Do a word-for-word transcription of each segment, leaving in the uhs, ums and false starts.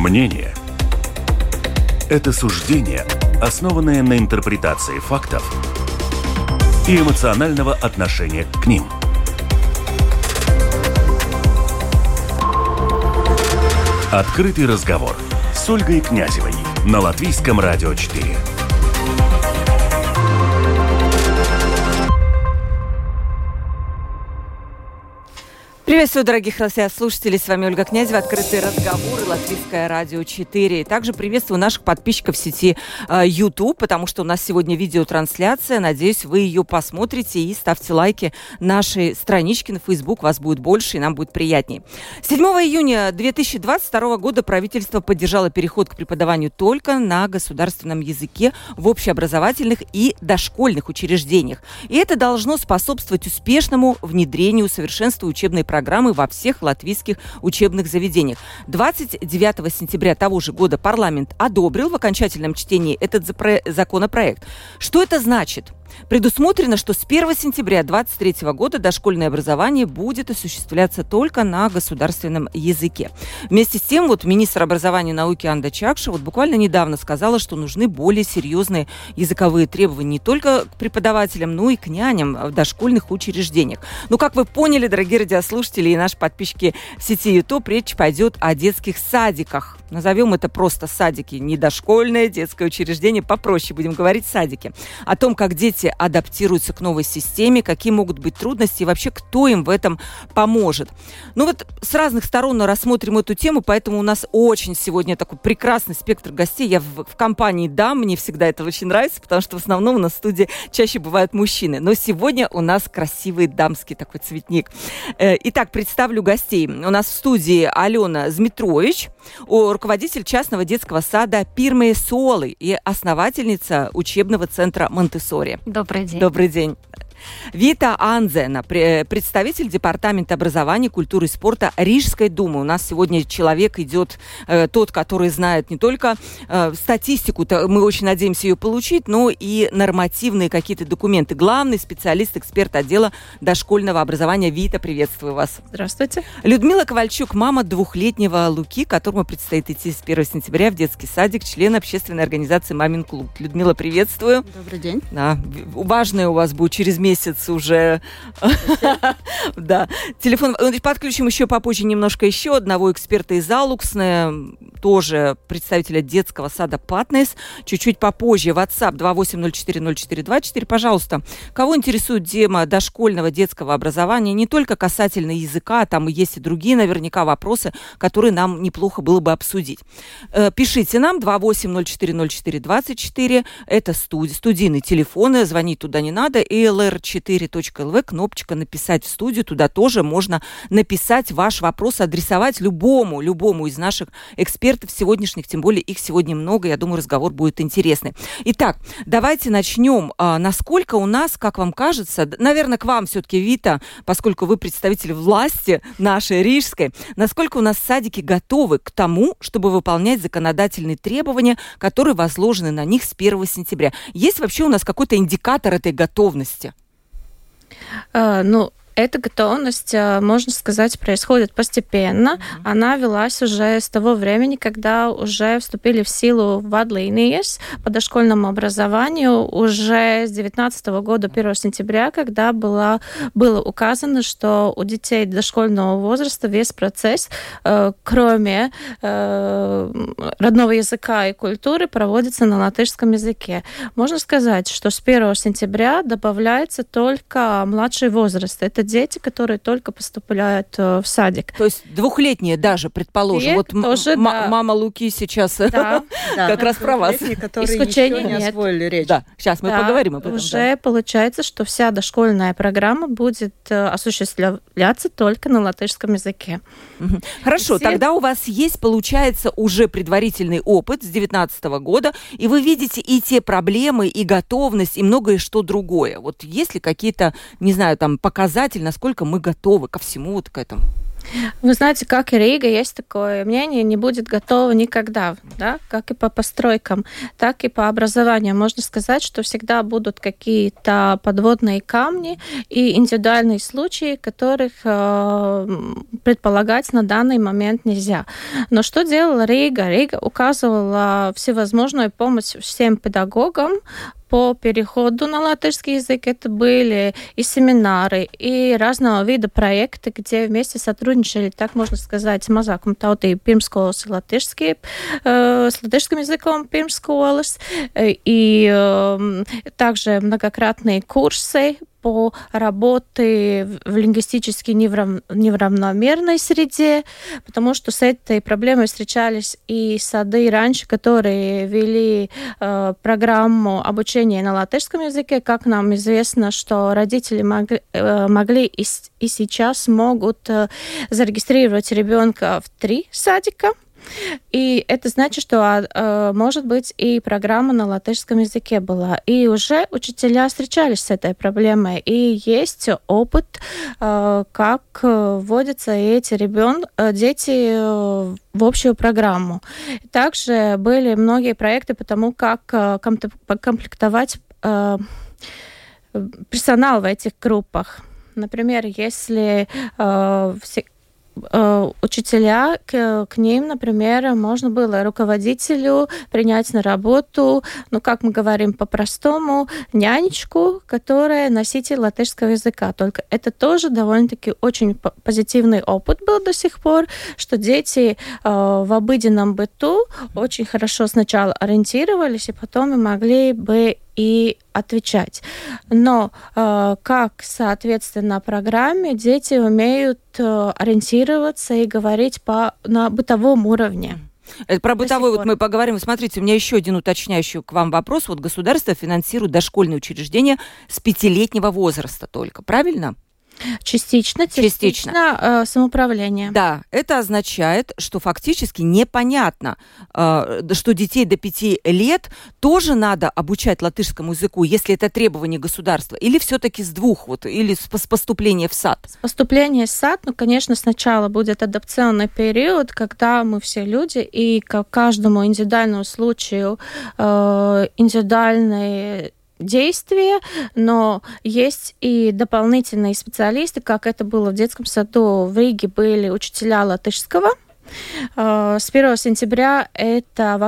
Мнение – это суждение, основанное на интерпретации фактов и эмоционального отношения к ним. Открытый разговор с Ольгой Князевой на Латвийском радио четыре. Приветствую, дорогих радиослушателей, с вами Ольга Князева, «Открытые разговоры», Латвийское радио четыре. Также приветствую наших подписчиков в сети э, YouTube, потому что у нас сегодня видеотрансляция. Надеюсь, вы ее посмотрите и ставьте лайки нашей страничке на Facebook. Вас будет больше и нам будет приятнее. седьмого июня две тысячи двадцать второго года правительство поддержало переход к преподаванию только на государственном языке в общеобразовательных и дошкольных учреждениях. И это должно способствовать успешному внедрению совершенству учебной программы программы во всех латвийских учебных заведениях. двадцать девятого сентября того же года парламент одобрил в окончательном чтении этот законопроект. Что это значит? Предусмотрено, что с первого сентября две тысячи двадцать третьего года дошкольное образование будет осуществляться только на государственном языке. Вместе с тем, вот министр образования и науки Анда Чакша вот буквально недавно сказала, что нужны более серьезные языковые требования не только к преподавателям, но и к няням в дошкольных учреждениях. Ну, как вы поняли, дорогие радиослушатели и наши подписчики в сети YouTube, речь пойдет о детских садиках. Назовем это просто садики, не дошкольное детское учреждение, попроще будем говорить садики. О том, как дети адаптируются к новой системе, какие могут быть трудности и вообще кто им в этом поможет. Ну вот с разных сторон рассмотрим эту тему, поэтому у нас очень сегодня такой прекрасный спектр гостей. Я в, в компании дам, мне всегда это очень нравится, потому что в основном у нас в студии чаще бывают мужчины. Но сегодня у нас красивый дамский такой цветник. Итак, представлю гостей. У нас в студии Алена Змитрович, руководитель частного детского сада Пирмые Солы и основательница учебного центра Монтессори. Добрый день. Добрый день. Вита Анзена, представитель Департамента образования, культуры и спорта Рижской думы. У нас сегодня человек идет, э, тот, который знает не только э, статистику, мы очень надеемся ее получить, но и нормативные какие-то документы. Главный специалист, эксперт отдела дошкольного образования. Вита, приветствую вас. Здравствуйте. Людмила Ковальчук, мама двухлетнего Луки, которому предстоит идти с первого сентября в детский садик, член общественной организации «Мамин клуб». Людмила, приветствую. Добрый день. Да, важное у вас будет через месяц. Месяц уже. Да. Телефон. Подключим еще попозже немножко еще одного эксперта из Алуксне, тоже представителя детского сада Патнес. Чуть-чуть попозже. WhatsApp два восемь ноль четыре ноль четыре два четыре. Пожалуйста, кого интересует тема дошкольного детского образования, не только касательно языка, там есть и другие наверняка вопросы, которые нам неплохо было бы обсудить. Пишите нам два восемь ноль четыре ноль четыре двадцать четыре. Это студи, студийные телефоны, звонить туда не надо. и эл эр четыре точка эл ви, кнопочка «Написать в студию», туда тоже можно написать ваш вопрос, адресовать любому, любому из наших экспертов сегодняшних, тем более их сегодня много, я думаю, разговор будет интересный. Итак, давайте начнем. А, насколько у нас, как вам кажется, наверное, к вам все-таки, Вита, поскольку вы представитель власти нашей рижской, насколько у нас садики готовы к тому, чтобы выполнять законодательные требования, которые возложены на них с первого сентября? Есть вообще у нас какой-то индикатор этой готовности? Uh, ну, эта готовность, можно сказать, происходит постепенно. Mm-hmm. Она велась уже с того времени, когда уже вступили в силу вадлинии по дошкольному образованию, уже с девятнадцатого года, первого сентября, когда было, было указано, что у детей дошкольного возраста весь процесс, э, кроме э, родного языка и культуры, проводится на латышском языке. Можно сказать, что с первого сентября добавляется только младший возраст. Это дети, которые только поступают в садик. То есть двухлетние даже, предположим. И вот тоже, м- да. мама Луки сейчас да, как раз про вас. Которые исключения еще не нет. освоили речь. Да, сейчас мы да, поговорим об этом. Уже да. получается, что вся дошкольная программа будет осуществляться только на латышском языке. Угу. Хорошо, все... тогда у вас есть, получается, уже предварительный опыт с девятнадцатого года, и вы видите и те проблемы, и готовность, и многое что другое. Вот есть ли какие-то, не знаю, там, показатели, насколько мы готовы ко всему вот к этому? Вы знаете, как и Рига, есть такое мнение, не будет готово никогда, да, как и по постройкам, так и по образованию. Можно сказать, что всегда будут какие-то подводные камни и индивидуальные случаи, которых э, предполагать на данный момент нельзя. Но что делала Рига? Рига указывала всевозможную помощь всем педагогам по переходу на латышский язык. Это были и семинары, и разного вида проекты, где вместе сотрудничали, так можно сказать, mazākuma tautību pirmskolas латышские, э, с латышским языком pirmskolas, и э, также многократные курсы по работе в лингвистически неврав... неравномерной среде, потому что с этой проблемой встречались и сады раньше, которые вели э, программу обучения на латышском языке. Как нам известно, что родители могли, э, могли и, и сейчас могут э, зарегистрировать ребенка в три садика. И это значит, что э, может быть и программа на латышском языке была. И уже учителя встречались с этой проблемой. И есть опыт, э, как вводятся эти ребен... дети э, в общую программу. Также были многие проекты по тому, как э, комплектовать э, персонал в этих группах. Например, если э, все учителя, к, к ним, например, можно было руководителю принять на работу, ну, как мы говорим по-простому, нянечку, которая носитель латышского языка. Только это тоже довольно-таки очень позитивный опыт был до сих пор, что дети э, в обыденном быту очень хорошо сначала ориентировались, и потом и могли бы и отвечать. Но э, как, соответственно, программе дети умеют э, ориентироваться и говорить по, на бытовом уровне. Это про бытовой вот мы поговорим. Смотрите, у меня еще один уточняющий к вам вопрос. Вот государство финансирует дошкольные учреждения с пятилетнего возраста только, правильно? Частично, частично, частично э, самоуправление. Да, это означает, что фактически непонятно, э, что детей до пяти лет тоже надо обучать латышскому языку, если это требование государства, или все-таки с двух, вот, или с, с поступления в сад? С поступления в сад, ну, конечно, сначала будет адаптационный период, когда мы все люди, и к каждому индивидуальному случаю э, индивидуальные действия, но есть и дополнительные специалисты, как это было в детском саду. В Риге были учителя латышского. С первого сентября это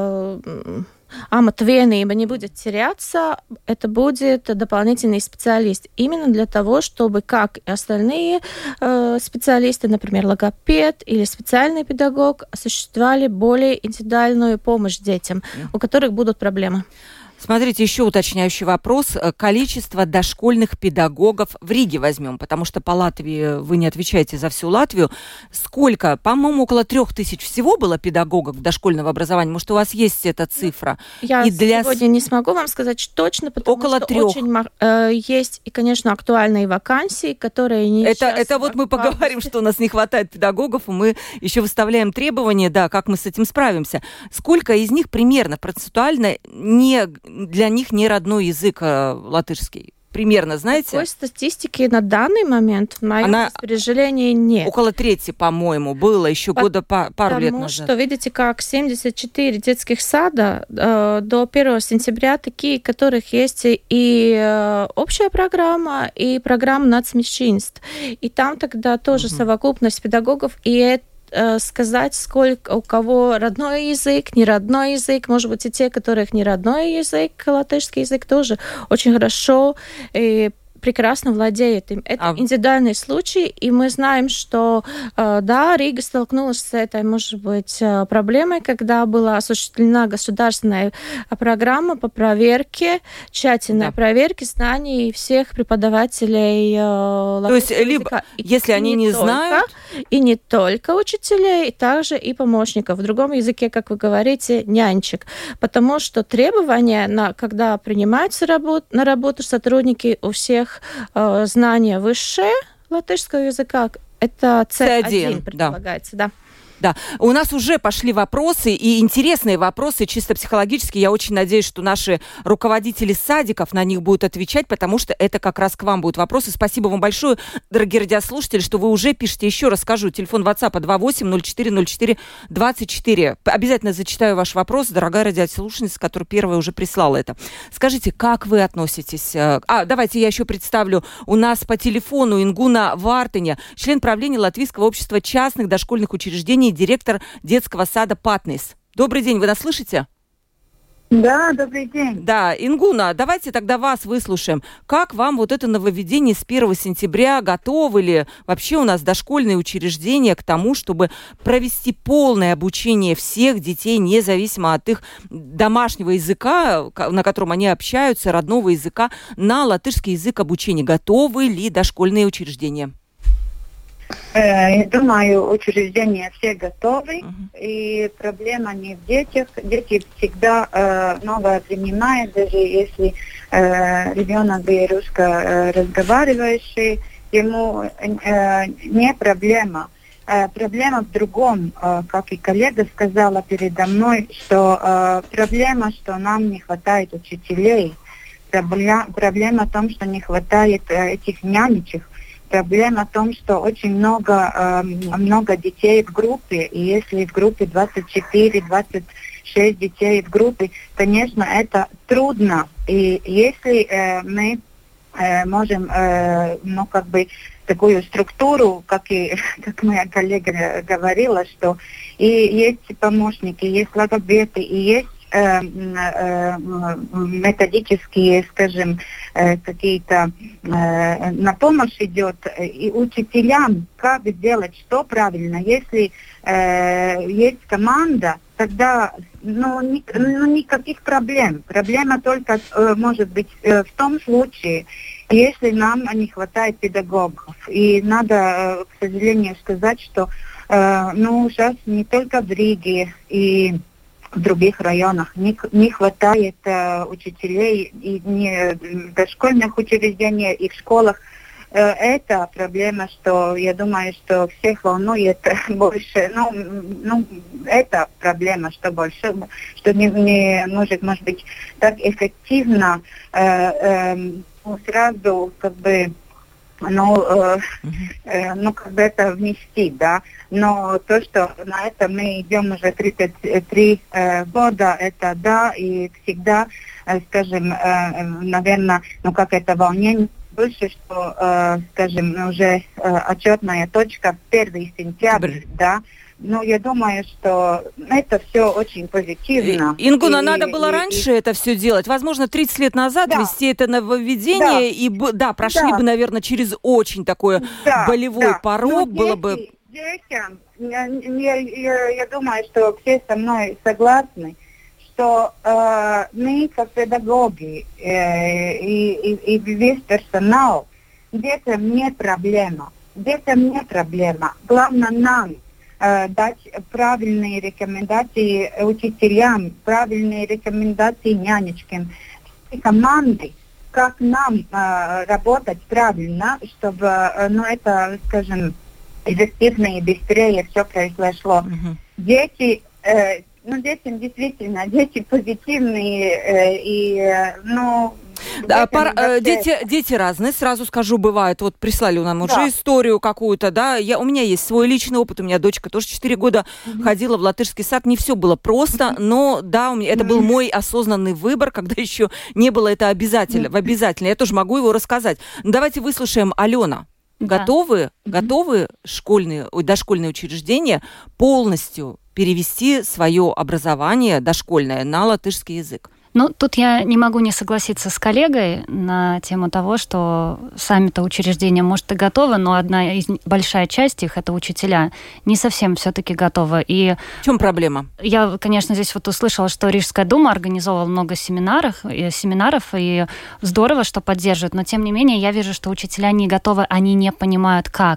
амат-vienība не будет теряться, это будет дополнительный специалист. Именно для того, чтобы, как и остальные специалисты, например, логопед или специальный педагог, осуществляли более индивидуальную помощь детям, у которых будут проблемы. Смотрите, еще уточняющий вопрос. Количество дошкольных педагогов в Риге возьмем, потому что по Латвии вы не отвечаете за всю Латвию. Сколько? По-моему, около трех тысяч всего было педагогов дошкольного образования. Может, у вас есть эта цифра? Я и для... сегодня не смогу вам сказать точно, потому около что трех. Очень э, есть и, конечно, актуальные вакансии, которые не это, это вот мы поговорим, что у нас не хватает педагогов, и мы еще выставляем требования, да, как мы с этим справимся. Сколько из них примерно процентуально не... для них не родной язык э, латышский? Примерно, знаете? Такой статистики на данный момент в моем Она распоряжении нет. Около трети, по-моему, было еще По- года па- пару лет назад. Потому что, видите, как семьдесят четыре детских сада э, до первого сентября такие, у которых есть и э, общая программа, и программа нацменьшинств. И там тогда тоже угу. совокупность педагогов, и это сказать, сколько у кого родной язык, не родной язык, может быть, и те, которых не родной язык, латышский язык, тоже очень хорошо и прекрасно владеет им. Это а... индивидуальный случай, и мы знаем, что, да, Рига столкнулась с этой, может быть, проблемой, когда была осуществлена государственная программа по проверке, тщательной да. проверке знаний всех преподавателей латышского То есть, либо, языка. если и они не, не только, знают... И не только учителей, и также и помощников. В другом языке, как вы говорите, нянчик. Потому что требования, на, когда принимаются работ, на работу сотрудники, у всех э, знания высшие латышского языка, это С один предполагается, да. Да, у нас уже пошли вопросы, и интересные вопросы, чисто психологически. Я очень надеюсь, что наши руководители садиков на них будут отвечать, потому что это как раз к вам будут вопросы. Спасибо вам большое, дорогие радиослушатели, что вы уже пишете. Еще раз скажу, телефон WhatsApp два восемь ноль четыре ноль четыре двадцать четыре. Обязательно зачитаю ваш вопрос, дорогая радиослушательница, которая первая уже прислала это. Скажите, как вы относитесь? А, давайте я еще представлю. У нас по телефону Ингуна Вартыня, член правления Латвийского общества частных дошкольных учреждений, директор детского сада «Патнис». Добрый день, вы нас слышите? Да, добрый день. Да, Ингуна, давайте тогда вас выслушаем. Как вам вот это нововведение с первого сентября? Готовы ли вообще у нас дошкольные учреждения к тому, чтобы провести полное обучение всех детей, независимо от их домашнего языка, на котором они общаются, родного языка, на латышский язык обучения? Готовы ли дошкольные учреждения? Я думаю, учреждения все готовы, uh-huh. и проблема не в детях. Дети всегда э, новое принимают, даже если э, ребенок русско э, разговаривающий, ему э, не проблема. Э, проблема в другом, э, как и коллега сказала передо мной, что э, проблема, что нам не хватает учителей. Проблема, проблема в том, что не хватает э, этих нянечек. Проблема в том, что очень много, э, много детей в группе, и если в группе двадцать четыре - двадцать шесть детей в группе, конечно, это трудно. И если э, мы э, можем, э, ну, как бы, такую структуру, как и как моя коллега говорила, что и есть помощники, есть логопеды, и есть методические, скажем, какие-то на помощь идет и учителям, как сделать, что правильно. Если э, есть команда, тогда ну, ни, ну, никаких проблем. Проблема только э, может быть э, в том случае, если нам не хватает педагогов. И надо, э, к сожалению, сказать, что э, ну, сейчас не только в Риге и в других районах не, не хватает э, учителей и не в дошкольных учреждениях, и в школах. Э, это проблема, что я думаю, что всех волнует больше. Ну, ну это проблема, что больше, что не, не может, может быть, так эффективно э, э, ну, сразу как бы ну, э, э, ну, как бы это внести, да. Но то, что на это мы идем уже тридцать три э, года, это да, и всегда, э, скажем, э, наверное, ну, как это волнение больше, что, э, скажем, уже э, отчетная точка первого сентября, да. Ну, я думаю, что это все очень позитивно. Ингуна, и, надо было и, раньше и... это все делать. Возможно, тридцать лет назад да. вести это нововведение, да. и, да, прошли да. бы, наверное, через очень такой да. болевой да. порог. Но было дети, бы... Детям, я, я, я, я думаю, что все со мной согласны, что э, мы, как педагоги э, и, и, и весь персонал, детям не проблема. Детям не проблема. Главное нам дать правильные рекомендации учителям, правильные рекомендации нянечкам, команды, как нам э, работать правильно, чтобы, э, ну, это, скажем, эффективнее и быстрее все произошло. Uh-huh. Дети, э, ну, детям действительно, дети позитивные э, и, э, ну, Да, пар, э, дети, дети разные, сразу скажу, бывает. Вот прислали нам да. уже историю какую-то, да. Я, у меня есть свой личный опыт, у меня дочка тоже четыре года mm-hmm. ходила в латышский сад. Не все было просто, mm-hmm. но да, у меня, это mm-hmm. был мой осознанный выбор, когда еще не было это обязательно, mm-hmm. обязательно. Я тоже могу его рассказать. Но давайте выслушаем Алена. Да. Готовы, mm-hmm. готовы школьные, ой, дошкольные учреждения полностью перевести свое образование дошкольное на латышский язык? Ну, тут я не могу не согласиться с коллегой на тему того, что сами-то учреждения, может, и готовы, но одна из, большая часть их, это учителя, не совсем все-таки готова. И в чем проблема? Я, конечно, здесь вот услышала, что Рижская дума организовала много семинаров, и, семинаров, и здорово, что поддерживают, но, тем не менее, я вижу, что учителя не готовы, они не понимают, как.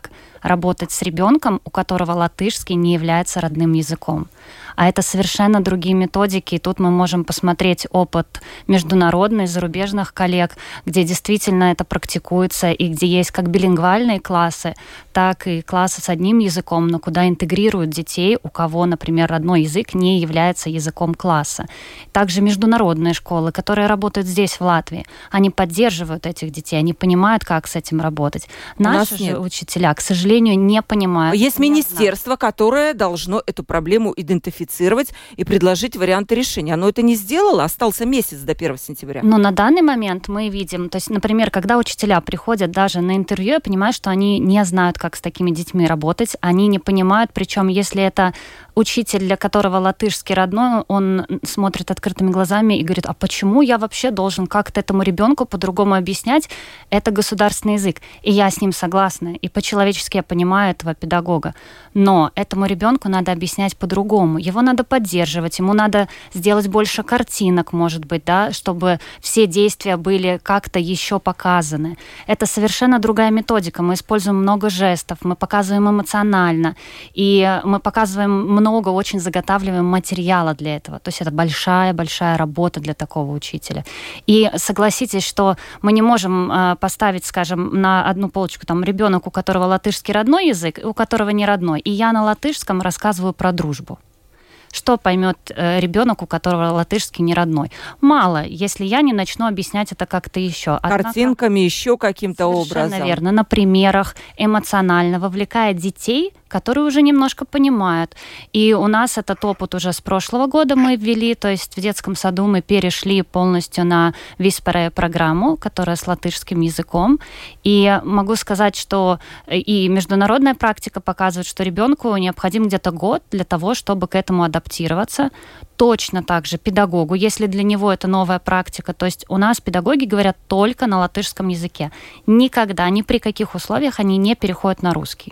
работать с ребенком, у которого латышский не является родным языком. А это совершенно другие методики. И тут мы можем посмотреть опыт международный, зарубежных коллег, где действительно это практикуется, и где есть как билингвальные классы, так и классы с одним языком, но куда интегрируют детей, у кого, например, родной язык не является языком класса. Также международные школы, которые работают здесь, в Латвии, они поддерживают этих детей, они понимают, как с этим работать. Наши же учителя, к сожалению, не понимают. Есть министерство, которое должно эту проблему идентифицировать и предложить варианты решения. Оно это не сделало, остался месяц до первого сентября. Но на данный момент мы видим, то есть, например, когда учителя приходят даже на интервью, я понимаю, что они не знают, как с такими детьми работать, они не понимают, причем если это учитель, для которого латышский родной, он смотрит открытыми глазами и говорит, а почему я вообще должен как-то этому ребенку по-другому объяснять? Это государственный язык. И я с ним согласна. И по-человечески я понимаю этого педагога. Но этому ребенку надо объяснять по-другому. Его надо поддерживать, ему надо сделать больше картинок, может быть, да, чтобы все действия были как-то еще показаны. Это совершенно другая методика. Мы используем много жестов, мы показываем эмоционально, и мы показываем много много очень заготавливаем материала для этого. То есть это большая-большая работа для такого учителя. И согласитесь, что мы не можем э, поставить, скажем, на одну полочку там ребенок, у которого латышский родной язык, и у которого не родной. И я на латышском рассказываю про дружбу. Что поймет э, ребенок, у которого латышский не родной? Мало, если я не начну объяснять это как-то еще. Картинками, Однако, еще каким-то образом. Совершенно верно. На примерах, эмоционально, вовлекая детей, которые уже немножко понимают. И у нас этот опыт уже с прошлого года мы ввели, то есть в детском саду мы перешли полностью на виспарē программу, которая с латышским языком. И могу сказать, что и международная практика показывает, что ребенку необходим где-то год для того, чтобы к этому адаптироваться. Точно так же педагогу, если для него это новая практика, то есть у нас педагоги говорят только на латышском языке. Никогда, ни при каких условиях они не переходят на русский.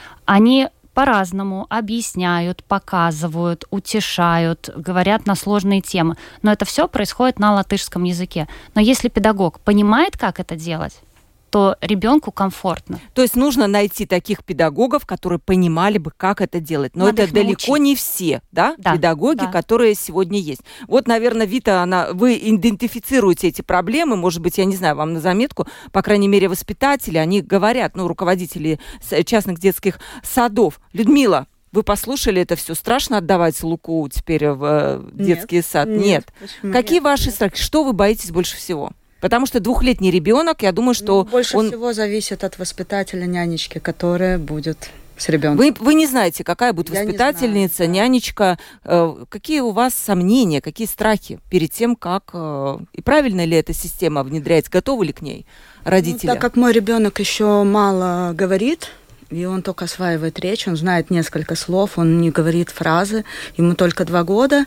Они по-разному объясняют, показывают, утешают, говорят на сложные темы. Но это все происходит на латышском языке. Но если педагог понимает, как это делать, то ребенку комфортно. То есть нужно найти таких педагогов, которые понимали бы, как это делать. Но Надо это далеко научить. Не все, да, да педагоги, да. которые сегодня есть. Вот, наверное, Вита, она, вы идентифицируете эти проблемы, может быть, я не знаю, вам на заметку, по крайней мере, воспитатели, они говорят, ну, руководители частных детских садов. Людмила, вы послушали это все? Страшно отдавать Луку теперь в детский нет, сад? Нет. нет. Какие нет, ваши нет. страхи? Что вы боитесь больше всего? Потому что двухлетний ребенок, я думаю, что... Ну, больше он... всего зависит от воспитателя, нянечки, которая будет с ребенком. Вы, вы не знаете, какая будет я воспитательница, знаю, да. нянечка. Э, какие у вас сомнения, какие страхи перед тем, как... Э, и правильно ли эта система внедряется? Готовы ли к ней родители? Ну, так как мой ребенок еще мало говорит, и он только осваивает речь, он знает несколько слов, он не говорит фразы, ему только два года.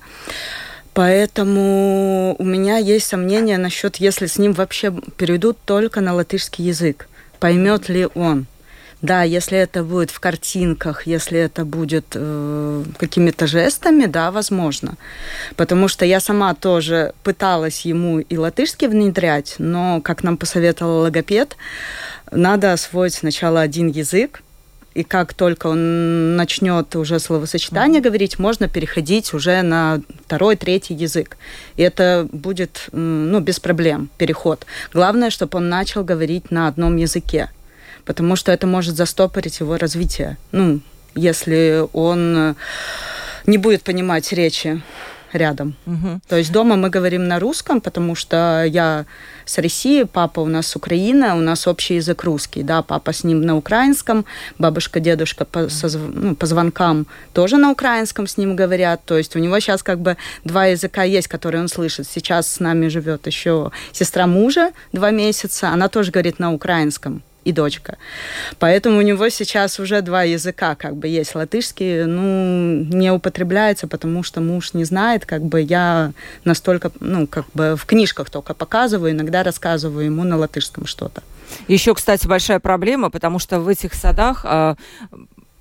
Поэтому у меня есть сомнения насчет, если с ним вообще перейдут только на латышский язык, поймет ли он. Да, если это будет в картинках, если это будет э, какими-то жестами, да, возможно. Потому что я сама тоже пыталась ему и латышский внедрять, но, как нам посоветовал логопед, надо освоить сначала один язык, и как только он начнет уже словосочетание mm-hmm. говорить, можно переходить уже на второй, третий язык. И это будет, ну, без проблем, переход. Главное, чтобы он начал говорить на одном языке, потому что это может застопорить его развитие. Ну, если он не будет понимать речи рядом. Угу. То есть дома мы говорим на русском, потому что я с России, папа у нас с Украины, у нас общий язык русский, да, папа с ним на украинском, бабушка, дедушка по, со, ну, по звонкам тоже на украинском с ним говорят, то есть у него сейчас как бы два языка есть, которые он слышит. Сейчас с нами живет еще сестра мужа два месяца, она тоже говорит на украинском. И дочка. Поэтому у него сейчас уже два языка, как бы есть. Латышский, ну, не употребляется, потому что муж не знает, как бы я настолько, ну, как бы в книжках только показываю, иногда рассказываю ему на латышском что-то. Еще, кстати, большая проблема, потому что в этих садах...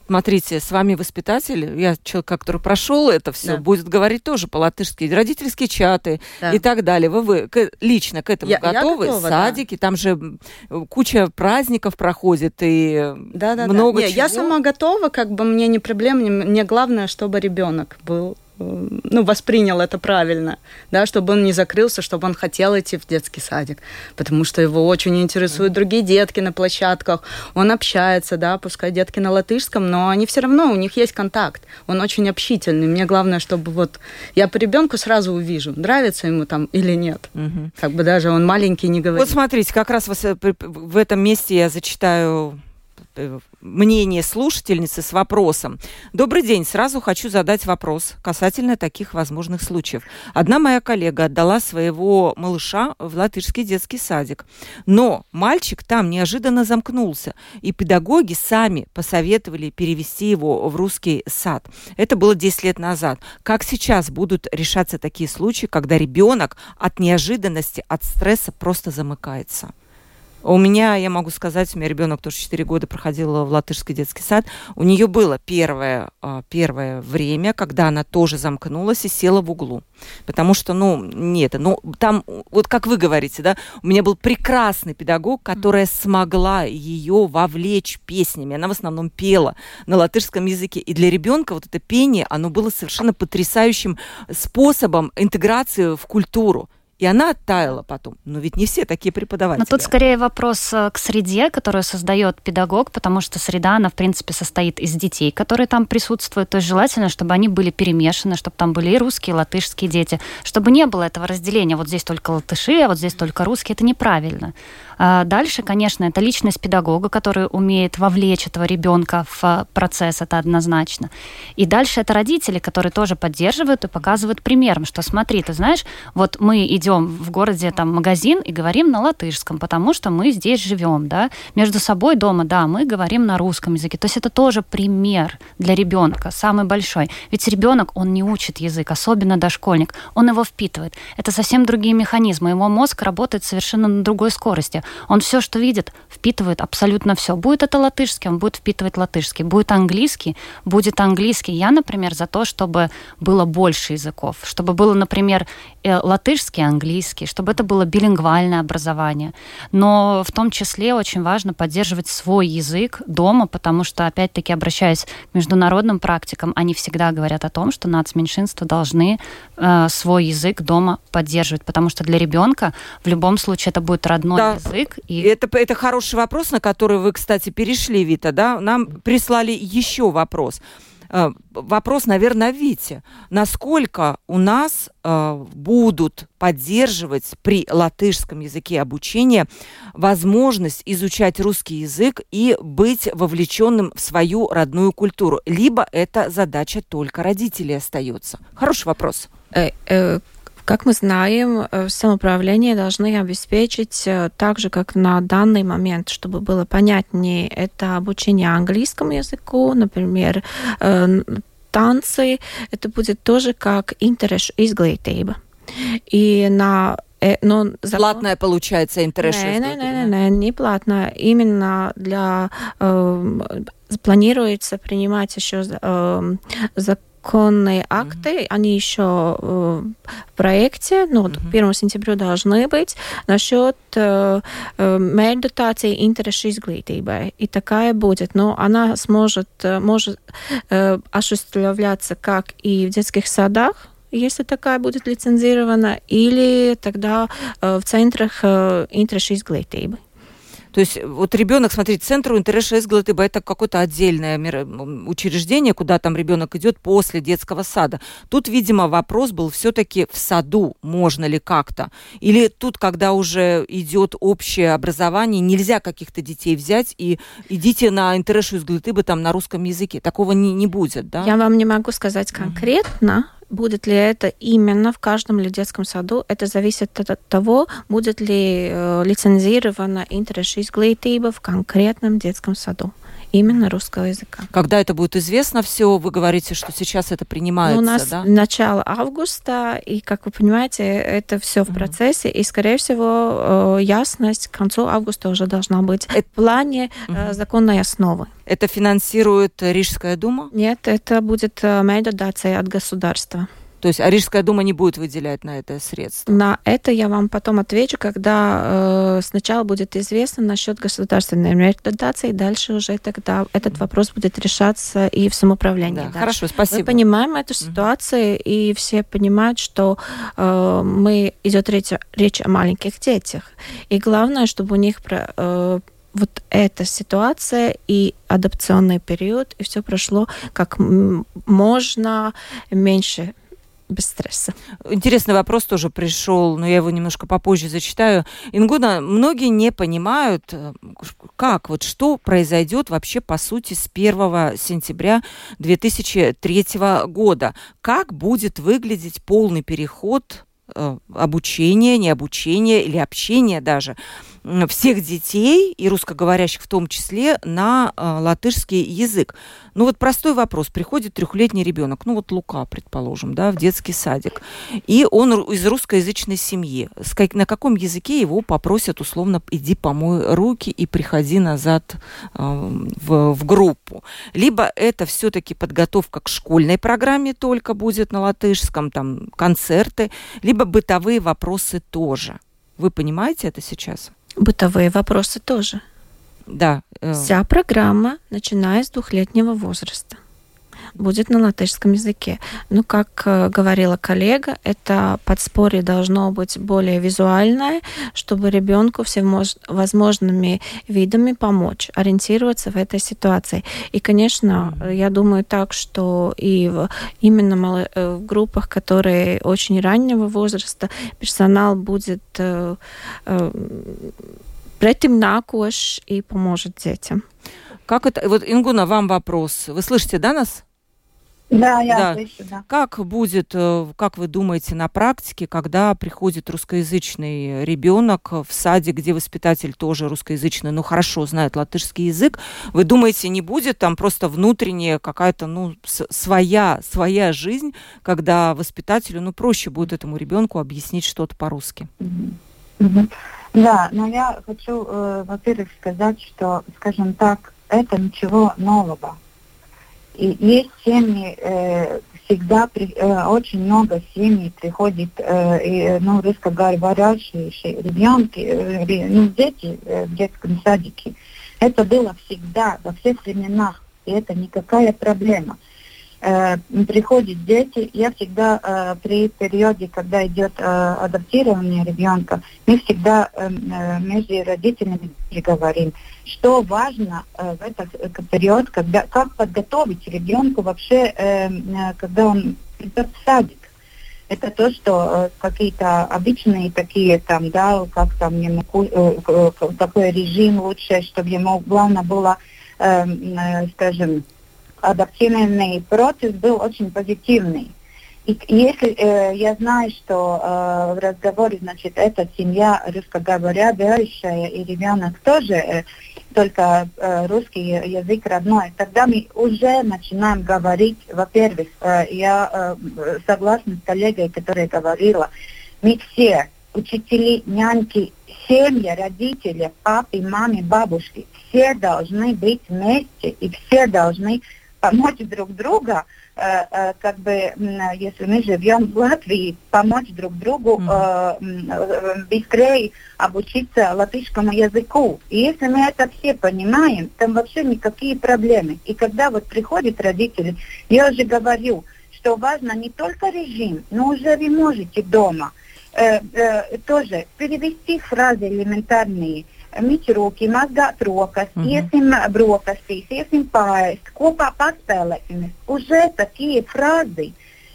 смотрите, с вами воспитатель, я человек, который прошел это все, да. будет говорить тоже по-латышски, родительские чаты да. и так далее. Вы, вы к, лично к этому я, готовы? Я готова, садики, да. там же куча праздников проходит и да, да, много да. чего. Не, я сама готова, как бы мне не проблема, мне главное, чтобы ребенок был ну, воспринял это правильно, да, чтобы он не закрылся, чтобы он хотел идти в детский садик, потому что его очень интересуют другие детки на площадках, он общается, да, пускай детки на латышском, но они все равно, у них есть контакт, он очень общительный, мне главное, чтобы вот я по ребенку сразу увижу, нравится ему там или нет, угу. как бы даже он маленький не говорит. Вот смотрите, как раз в этом месте я зачитаю мнение слушательницы с вопросом. Добрый день. Сразу хочу задать вопрос касательно таких возможных случаев. Одна моя коллега отдала своего малыша в латышский детский садик, но мальчик там неожиданно замкнулся, и педагоги сами посоветовали перевести его в русский сад. Это было десять лет назад. Как сейчас будут решаться такие случаи, когда ребенок от неожиданности, от стресса просто замыкается? У меня, я могу сказать, у меня ребенок тоже четыре года проходил в латышский детский сад. У нее было первое, первое время, когда она тоже замкнулась и села в углу. Потому что, ну, нет, ну, там, вот как вы говорите, да, у меня был прекрасный педагог, которая смогла ее вовлечь песнями. Она в основном пела на латышском языке. И для ребенка вот это пение, оно было совершенно потрясающим способом интеграции в культуру. И она оттаяла потом. Но ведь не все такие преподаватели. Но тут скорее вопрос к среде, которую создает педагог, потому что среда, она, в принципе, состоит из детей, которые там присутствуют. То есть желательно, чтобы они были перемешаны, чтобы там были и русские, и латышские дети, чтобы не было этого разделения. Вот здесь только латыши, а вот здесь только русские. Это неправильно. А дальше, конечно, это личность педагога, который умеет вовлечь этого ребенка в процесс, это однозначно. И дальше это родители, которые тоже поддерживают и показывают примером, что смотри, ты знаешь, вот мы идем в городе там магазин и говорим на латышском, потому что мы здесь живем, да, между собой дома, да, мы говорим на русском языке. То есть это тоже пример для ребенка, самый большой. Ведь ребенок, он не учит язык, особенно дошкольник, он его впитывает. Это совсем другие механизмы, его мозг работает совершенно на другой скорости. Он все, что видит, впитывает абсолютно все. Будет это латышский, он будет впитывать латышский. Будет английский, будет английский. Я, например, за то, чтобы было больше языков, чтобы было, например, латышский, английский, чтобы это было билингвальное образование. Но в том числе очень важно поддерживать свой язык дома, потому что, опять-таки, обращаясь к международным практикам, они всегда говорят о том, что нацменьшинства должны э, свой язык дома поддерживать, потому что для ребенка в любом случае это будет родной да. язык. И... Это, это хороший вопрос, на который вы, кстати, перешли, Вита, да? Нам прислали еще вопрос. Вопрос, наверное, Вите. Насколько у нас э, будут поддерживать при латышском языке обучения возможность изучать русский язык и быть вовлеченным в свою родную культуру? Либо эта задача только родителей остается? Хороший вопрос. Как мы знаем, самоуправление должны обеспечить так же, как на данный момент, чтобы было понятнее, это обучение английскому языку, например, танцы, это будет тоже как interešu izglītība. И на Но платная получается interešu izglītība? Не, не, не, не платная. Именно для э, планируется принимать еще э, закон законные акты, mm-hmm. они еще э, в проекте, ну, mm-hmm. к первому сентября должны быть, насчет э, э, мērķdotācija interešu izglītībai. И такая будет. Но она сможет, может э, осуществляться как и в детских садах, если такая будет лицензирована, или тогда э, в центрах э, interešu izglītībai. То есть вот ребенок, смотрите, центр interešu izglītība это какое-то отдельное учреждение, куда там ребенок идет после детского сада. Тут, видимо, вопрос был все-таки в саду, можно ли как-то. Или тут, когда уже идет общее образование, нельзя каких-то детей взять и идите на interešu izglītība там на русском языке. Такого не, не будет, да? Я вам не могу сказать конкретно, mm-hmm. будет ли это именно в каждом ли детском саду. Это зависит от того, будет ли э, лицензирована interešu izglītība в конкретном детском саду. именно русского языка. Когда это будет известно все, вы говорите, что сейчас это принимается, ну, у нас да? начало августа, и, как вы понимаете, это все в процессе, mm-hmm. и, скорее всего, ясность к концу августа уже должна быть это... в плане mm-hmm. законной основы. Это финансирует Рижская дума? Нет, это будет медиация от государства. То есть а Рижская дума не будет выделять на это средства? На это я вам потом отвечу, когда э, сначала будет известно насчет государственной дотации, дальше уже тогда этот вопрос будет решаться и в самоуправлении. Да, хорошо, спасибо. Мы понимаем эту ситуацию, mm-hmm. и все понимают, что э, мы идет речь, речь о маленьких детях. И главное, чтобы у них э, вот эта ситуация и адапционный период, и все прошло как можно меньше, без стресса. Интересный вопрос тоже пришел, но я его немножко попозже зачитаю. Ингуна, многие не понимают, как, вот что произойдет вообще по сути с первого сентября две тысячи третьего года. Как будет выглядеть полный переход э, обучения, не обучения или общения даже всех детей, и русскоговорящих в том числе, на э, латышский язык. Ну вот простой вопрос. Приходит трехлетний ребенок, ну вот Лука, предположим, да, в детский садик, и он из русскоязычной семьи. С как, на каком языке его попросят, условно, иди помой руки и приходи назад э, в, в группу? Либо это все-таки подготовка к школьной программе только будет на латышском, там, концерты, либо бытовые вопросы тоже. Вы понимаете это сейчас? Бытовые вопросы тоже. Да. Вся программа, начиная с двухлетнего возраста, будет на латышском языке. Ну, как э, говорила коллега, это подспорье должно быть более визуальное, чтобы ребенку всевозможными видами помочь ориентироваться в этой ситуации. И, конечно, mm-hmm. я думаю так, что и в, именно мало, э, в группах, которые очень раннего возраста, персонал будет э, э, претим нākošs и поможет детям. Как это? Вот, Ингуна, вам вопрос. Вы слышите, да, нас? Да, я да. слышу, да. Как будет, как вы думаете, на практике, когда приходит русскоязычный ребенок в садик, где воспитатель тоже русскоязычный, ну, хорошо знает латышский язык, вы думаете, не будет там просто внутренняя какая-то, ну, своя, своя жизнь, когда воспитателю, ну, проще будет этому ребенку объяснить что-то по-русски? Mm-hmm. Mm-hmm. Да, но я хочу, э, во-первых, сказать, что, скажем так, это ничего нового. И есть семьи, э, всегда при, э, очень много семей приходит, э, и, ну, русскоговорящие ребенки, э, ну, дети э, в детском садике. Это было всегда, во всех временах, и это никакая проблема. Э, приходят дети, я всегда э, при периоде, когда идет э, адаптирование ребенка, мы всегда э, э, между родителями говорим, что важно э, в этот э, период, когда, как подготовить ребенку вообще, э, э, когда он идет в садик. Это то, что э, какие-то обычные такие там, да, как там ему, э, э, такой режим лучше, чтобы ему главное было, э, э, скажем, адаптивный процесс был очень позитивный. И если э, я знаю, что э, в разговоре, значит, эта семья русскоговорящая и ребенок тоже э, только э, русский язык родной, тогда мы уже начинаем говорить, во-первых, э, я э, согласна с коллегой, которая говорила, мы все, учителя, няньки, семьи, родители, папы, мамы, бабушки, все должны быть вместе и все должны помочь друг другу, э, э, как бы, э, если мы живем в Латвии, помочь друг другу э, э, быстрее обучиться латышскому языку. И если мы это все понимаем, там вообще никакие проблемы. И когда вот приходят родители, я уже говорю, что важно не только режим, но уже вы можете дома э, э, тоже перевести фразы элементарные, мыть руки, мазгāt rokas, uh-huh. iesim brokastīs, iesim paēst, kopā paspēlēsimies. Уже такие фразы,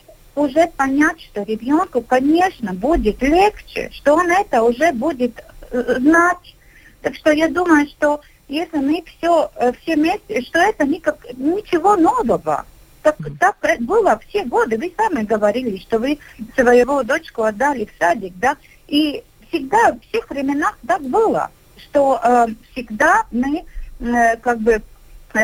уже понять, что ребенку, конечно, будет легче, что он это уже будет э, знать. Так что я думаю, что если мы все, э, все вместе, что это никак, ничего нового. Так, uh-huh. так было все годы. Вы сами говорили, что вы своего дочку отдали в садик, да, и всегда, в всех временах так было. Что э, всегда мы э, как бы э,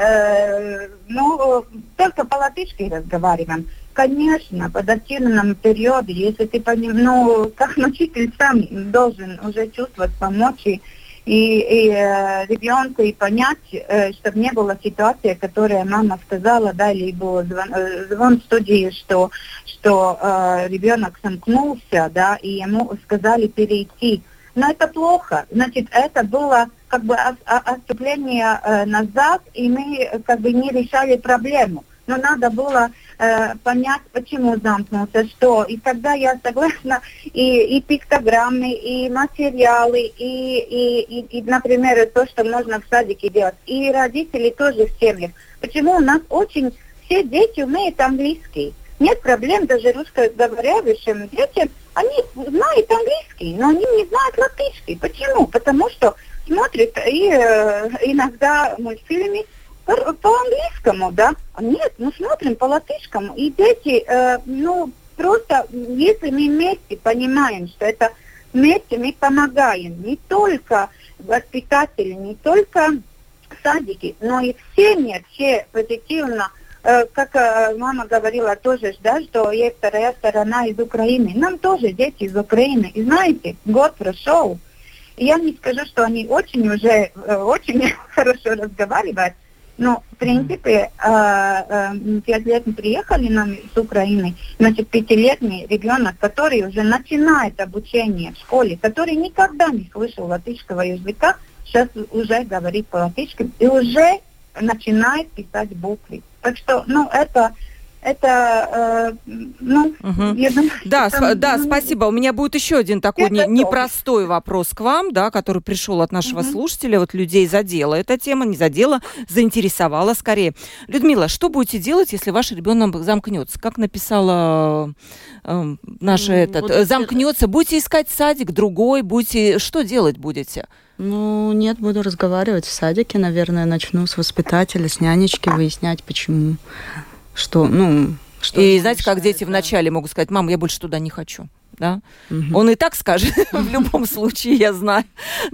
э, ну, только по-латышски разговариваем. Конечно, в адаптивном периоде, если ты понимаешь, ну, как учитель сам должен уже чувствовать, помочь и, и, и э, ребенку и понять, э, чтобы не было ситуации, которая мама сказала, да, или был звон, э, звон в студии, что, что э, ребенок сомкнулся, да, и ему сказали перейти. Но это плохо. Значит, это было как бы отступление э, назад, и мы как бы не решали проблему. Но надо было э, понять, почему замкнулся, что. И тогда я согласна, и, и пиктограммы, и материалы, и, и, и, и, например, то, что можно в садике делать. И родители тоже в семьях. Почему у нас очень все дети умеют английский? Нет проблем даже русскоговорящим детям. Они знают английский, но они не знают латышский. Почему? Потому что смотрят и э, иногда мультфильмы по-английскому, да? Нет, мы смотрим по-латышскому. И дети, э, ну, просто, если мы вместе понимаем, что это вместе мы помогаем не только воспитатели, не только садики, но и в семьях все позитивно, э, как э, мама говорила тоже, да, что есть вторая сторона из Украины. Нам тоже дети из Украины. И знаете, год прошел, и я не скажу, что они очень уже, э, очень хорошо разговаривают, но, в принципе, пять лет мы приехали нам с Украины, значит, пятилетний ребенок, который уже начинает обучение в школе, который никогда не слышал латышского языка, сейчас уже говорит по-латышски и уже начинает писать буквы. Так что, ну, это... Это, э, ну, угу. я думаю, да, что там, да, ну, спасибо. У меня будет еще один такой не, непростой вопрос к вам, да, который пришел от нашего угу. слушателя. Вот людей задела эта тема, не задела, заинтересовала скорее. Людмила, что будете делать, если ваш ребенок замкнется? Как написала э, наша, ну, этот, вот замкнется, будете искать садик другой, будете, что делать будете? Ну, нет, буду разговаривать в садике, наверное, начну с воспитателя, с нянечки выяснять, почему. Что, ну, что и знаете, мешает, как дети да. вначале могут сказать: мама, я больше туда не хочу. Да? Угу. Он и так скажет, в любом случае, я знаю.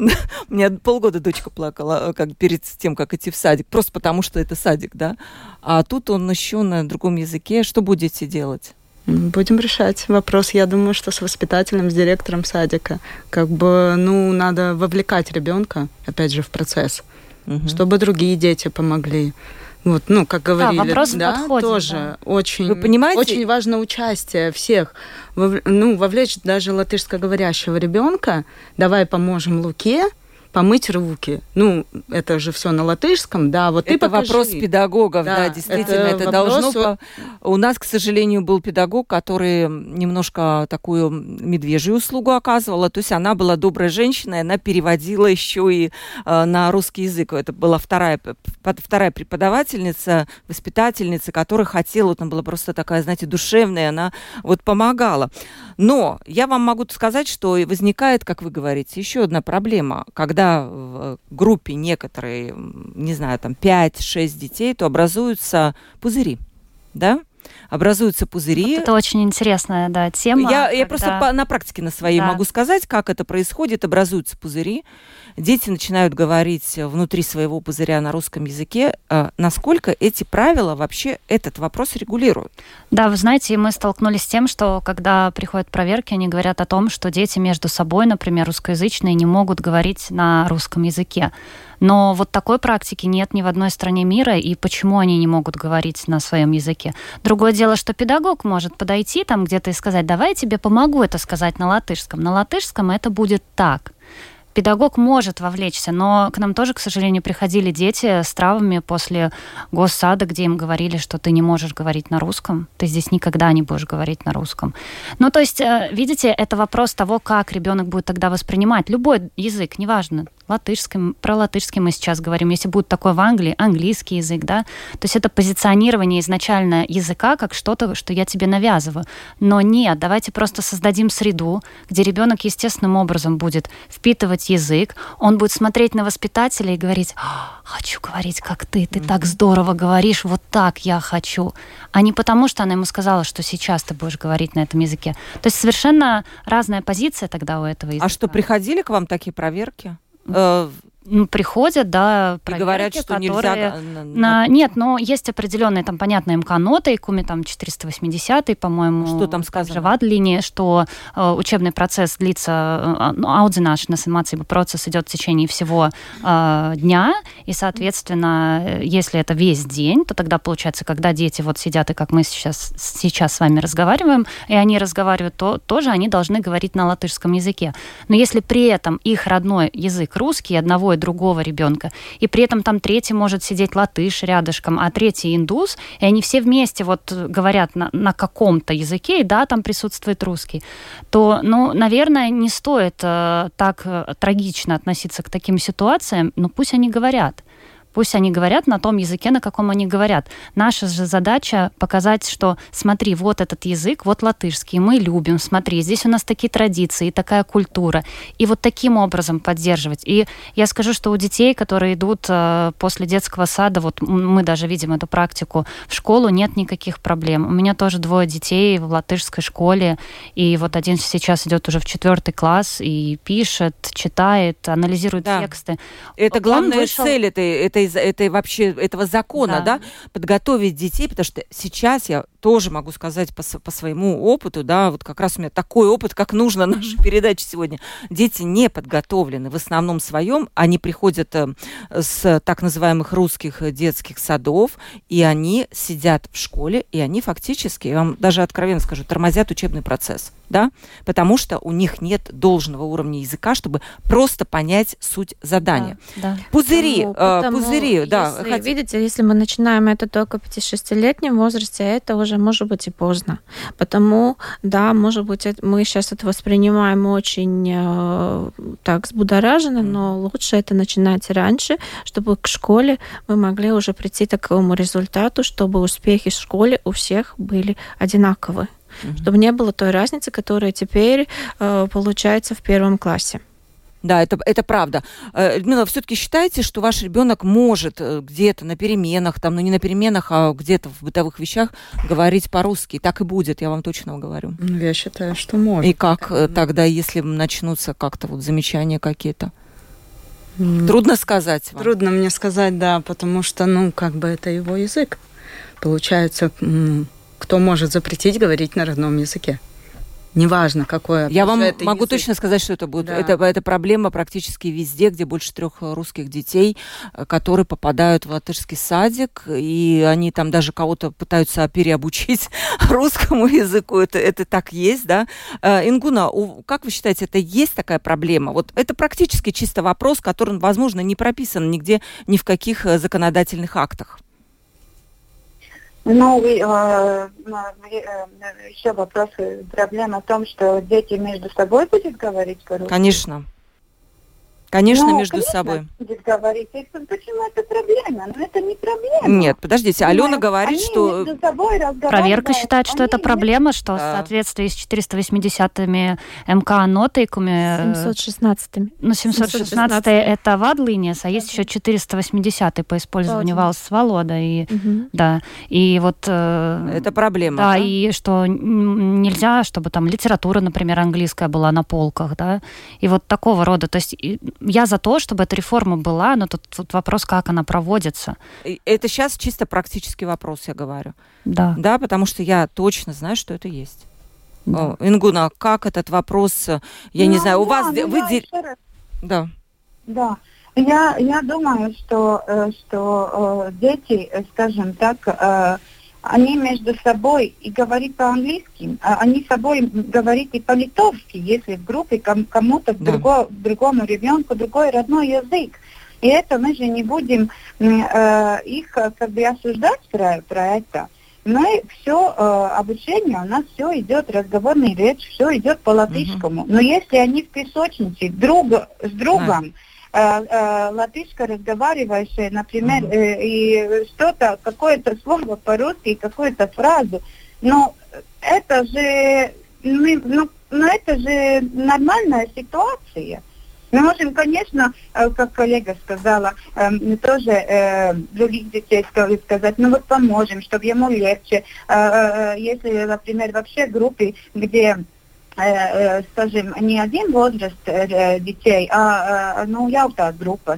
У меня полгода дочка плакала как перед тем, как идти в садик, просто потому что это садик, да. А тут он еще на другом языке. Что будете делать? Будем решать вопрос. Я думаю, что с воспитателем, с директором садика, как бы, ну, надо вовлекать ребенка, опять же, в процесс, угу. чтобы другие дети помогли. Вот, ну, как говорили, да, вопрос да, подходит, тоже да. очень, Вы понимаете? Очень важно участие всех. Вов, ну, вовлечь даже латышскоговорящего ребенка. Давай поможем Луке помыть руки. Ну, это же все на латышском, да, вот это ты покажи. Вопрос педагогов, да, да действительно, это, это должно... Вот... У нас, к сожалению, был педагог, который немножко такую медвежью услугу оказывала, то есть она была добрая женщина, и она переводила еще и э, на русский язык. Это была вторая, вторая преподавательница, воспитательница, которая хотела, вот она была просто такая, знаете, душевная, она вот помогала. Но я вам могу сказать, что возникает, как вы говорите, еще одна проблема, когда в группе некоторые, не знаю, там пять-шесть детей, то образуются пузыри, да? Образуются пузыри. Вот это очень интересная, да, тема. Я, когда... я просто по, на практике на своей да. могу сказать, как это происходит. Образуются пузыри, дети начинают говорить внутри своего пузыря на русском языке. А насколько эти правила вообще этот вопрос регулируют? Да, вы знаете, мы столкнулись с тем, что когда приходят проверки, они говорят о том, что дети между собой, например, русскоязычные, не могут говорить на русском языке. Но вот такой практики нет ни в одной стране мира, и почему они не могут говорить на своем языке? Другое дело, что педагог может подойти там где-то и сказать: давай я тебе помогу это сказать на латышском. На латышском это будет так. Педагог может вовлечься, но к нам тоже, к сожалению, приходили дети с травмами после госсада, где им говорили, что ты не можешь говорить на русском, ты здесь никогда не будешь говорить на русском. Ну, то есть, видите, это вопрос того, как ребенок будет тогда воспринимать любой язык, неважно, латышским, про латышский мы сейчас говорим, если будет такой в Англии, английский язык, да, то есть это позиционирование изначально языка как что-то, что я тебе навязываю. Но нет, давайте просто создадим среду, где ребенок естественным образом будет впитывать язык, он будет смотреть на воспитателя и говорить: хочу говорить как ты, ты mm-hmm. так здорово говоришь, вот так я хочу. А не потому, что она ему сказала, что сейчас ты будешь говорить на этом языке. То есть совершенно разная позиция тогда у этого языка. А что, приходили к вам такие проверки? Э, приходят, да, и говорят, что которые... нельзя... На... Нет, но есть определенные, там, понятно, МК-ноты, КУМИ, там, четыреста восьмидесятый, по-моему. Что там сказано? В Адлине, что э, учебный процесс длится, э, ауdzināšanas mācību процесс идет в течение всего э, дня, и, соответственно, если это весь день, то тогда, получается, когда дети вот сидят, и как мы сейчас, сейчас с вами разговариваем, и они разговаривают, то тоже они должны говорить на латышском языке. Но если при этом их родной язык русский, одного и другого ребенка, и при этом там третий может сидеть латыш рядышком, а третий индус, и они все вместе вот говорят на, на каком-то языке, и да, там присутствует русский, то, ну, наверное, не стоит э, так э, трагично относиться к таким ситуациям, но пусть они говорят. Пусть они говорят на том языке, на каком они говорят. Наша же задача показать, что смотри, вот этот язык, вот латышский, мы любим, смотри, здесь у нас такие традиции, и такая культура. И вот таким образом поддерживать. И я скажу, что у детей, которые идут э, после детского сада, вот мы даже видим эту практику, в школу нет никаких проблем. У меня тоже двое детей в латышской школе, и вот один сейчас идет уже в четвертый класс и пишет, читает, анализирует да. тексты. Это Он главная вышел... цель этой, этой Это, это вообще этого закона, да. да, подготовить детей, потому что сейчас я тоже могу сказать по, по своему опыту, да, вот как раз у меня такой опыт, как нужно нашей передаче сегодня. Дети не подготовлены в основном своем, они приходят э, с так называемых русских детских садов, и они сидят в школе, и они фактически, я вам даже откровенно скажу, тормозят учебный процесс, да, потому что у них нет должного уровня языка, чтобы просто понять суть задания. Да, да. Пузыри, Потому, э, потому пузыри, да. Если, Хот... Видите, если мы начинаем это только в пяти-шестилетнем возрасте, это уже может быть и поздно. Потому, да, может быть, это, мы сейчас это воспринимаем очень э, так взбудораженно, но лучше это начинать раньше, чтобы к школе мы могли уже прийти к такому результату, чтобы успехи в школе у всех были одинаковые. Mm-hmm. Чтобы не было той разницы, которая теперь э, получается в первом классе. Да, это, это правда. Людмила, все-таки считаете, что ваш ребенок может где-то на переменах, там, ну не на переменах, а где-то в бытовых вещах говорить по-русски? Так и будет, я вам точно говорю. Я считаю, что может. И как тогда, если начнутся как-то вот замечания какие-то? Mm. Трудно сказать вам. Трудно мне сказать, да, потому что, ну, как бы это его язык. Получается, кто может запретить говорить на родном языке? Неважно, какое. Я вам могу язык. точно сказать, что это будет. Да. Это, это проблема практически везде, где больше трех русских детей, которые попадают в латышский садик, и они там даже кого-то пытаются переобучить русскому языку. Это, это так есть, да? Ингуна, как вы считаете, это есть такая проблема? Вот это практически чисто вопрос, который, возможно, не прописан нигде, ни в каких законодательных актах. Ну, э, э, еще вопрос, проблема в том, что дети между собой будут говорить по-русски. Конечно. Конечно, ну, между конечно, собой. Будет говорить. Почему это проблема? Но это не проблема. Нет, подождите, Алена Но говорит, они что... между собой Проверка считает, что они это проблема, что да. в соответствии с четыреста восьмидесятыми МК-нотейками... семьсот шестнадцатыми. Ну, семьсот шестнадцатый это Вадлинес, а есть еще четыреста восьмидесятый по использованию Valsts valoda. И, угу. да, и вот... Э, это проблема, да, да? и что нельзя, чтобы там литература, например, английская была на полках, да, и вот такого рода. То есть я за то, чтобы эта реформа была, но тут, тут вопрос, как она проводится. Это сейчас чисто практический вопрос, я говорю. Да. Да, потому что я точно знаю, что это есть. Да. Ингуна, как этот вопрос, я ну, не знаю, у да, вас... Ну, вы... да, раз... да. Да. Я, я думаю, что, что дети, скажем так, они между собой и говорят по-английски, они с собой говорят и по-литовски, если в группе кому-то, да. другому, другому ребенку другой родной язык. И это мы же не будем э, их как бы осуждать про, про это. Мы все, э, обучение у нас все идет, разговорная речь, все идет по-латышскому. Угу. Но если они в песочнице друг с другом, да. э, э, латышка разговаривающая, например, угу. э, и что-то, какое-то слово по-русски, какую-то фразу, но это же, ну, ну, ну, это же нормальная ситуация. Мы можем, конечно, как коллега сказала, тоже э, других детей сказать, ну вот поможем, чтобы ему легче. Если, например, вообще группы, где, скажем, не один возраст детей, а ну, jautāt grupas.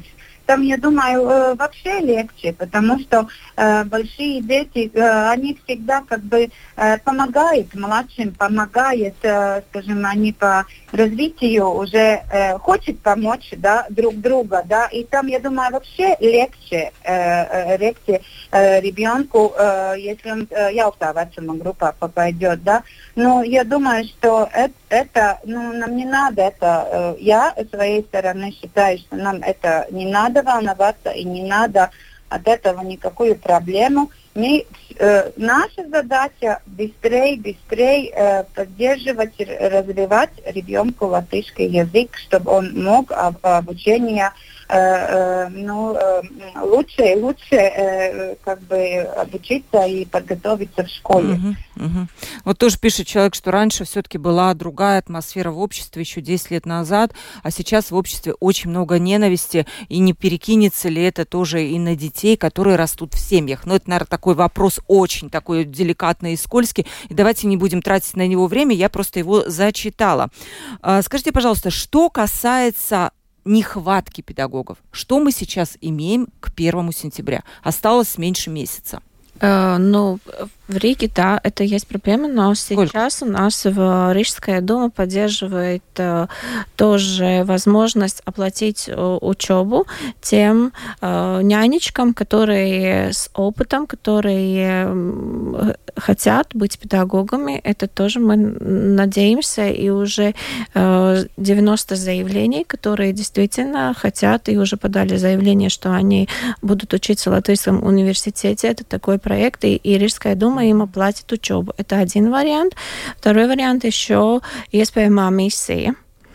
там, я думаю, вообще легче, потому что большие дети, они всегда как бы помогают младшим, помогают, скажем, они по развитию уже хотят помочь, да, друг друга, да, и там, я думаю, вообще легче, легче ребенку, если он jautā vecuma группа пойдет, да, но я думаю, что это, это, ну, нам не надо это, я с своей стороны считаю, что нам это не надо волноваться и не надо от этого никакую проблему. Мы, э, наша задача быстрее, быстрее э, поддерживать, развивать ребенку латышский язык, чтобы он мог об, обучение э, э, ну, э, лучше и лучше э, как бы обучиться и подготовиться в школе. Угу, угу. Вот тоже пишет человек, что раньше все-таки была другая атмосфера в обществе еще десять лет назад, а сейчас в обществе очень много ненависти, и не перекинется ли это тоже и на детей, которые растут в семьях. Но это, наверное, такой вопрос очень такой деликатный и скользкий, и давайте не будем тратить на него время, я просто его зачитала. Скажите, пожалуйста, что касается нехватки педагогов, что мы сейчас имеем к первому сентября? Осталось меньше месяца. Uh, ну, в Риге, да, это есть проблема, но сейчас Сколько? У нас в Рижская дума поддерживает uh, тоже возможность оплатить uh, учебу тем uh, нянечкам, которые с опытом, которые uh, хотят быть педагогами. Это тоже мы надеемся, и уже uh, девяносто заявлений, которые действительно хотят и уже подали заявление, что они будут учиться в Латвийском университете. Это такой проект, и, и Рижская дума им оплатит учебу. Это один вариант. Второй вариант еще iespējamā misija.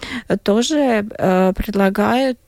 Тоже э, предлагают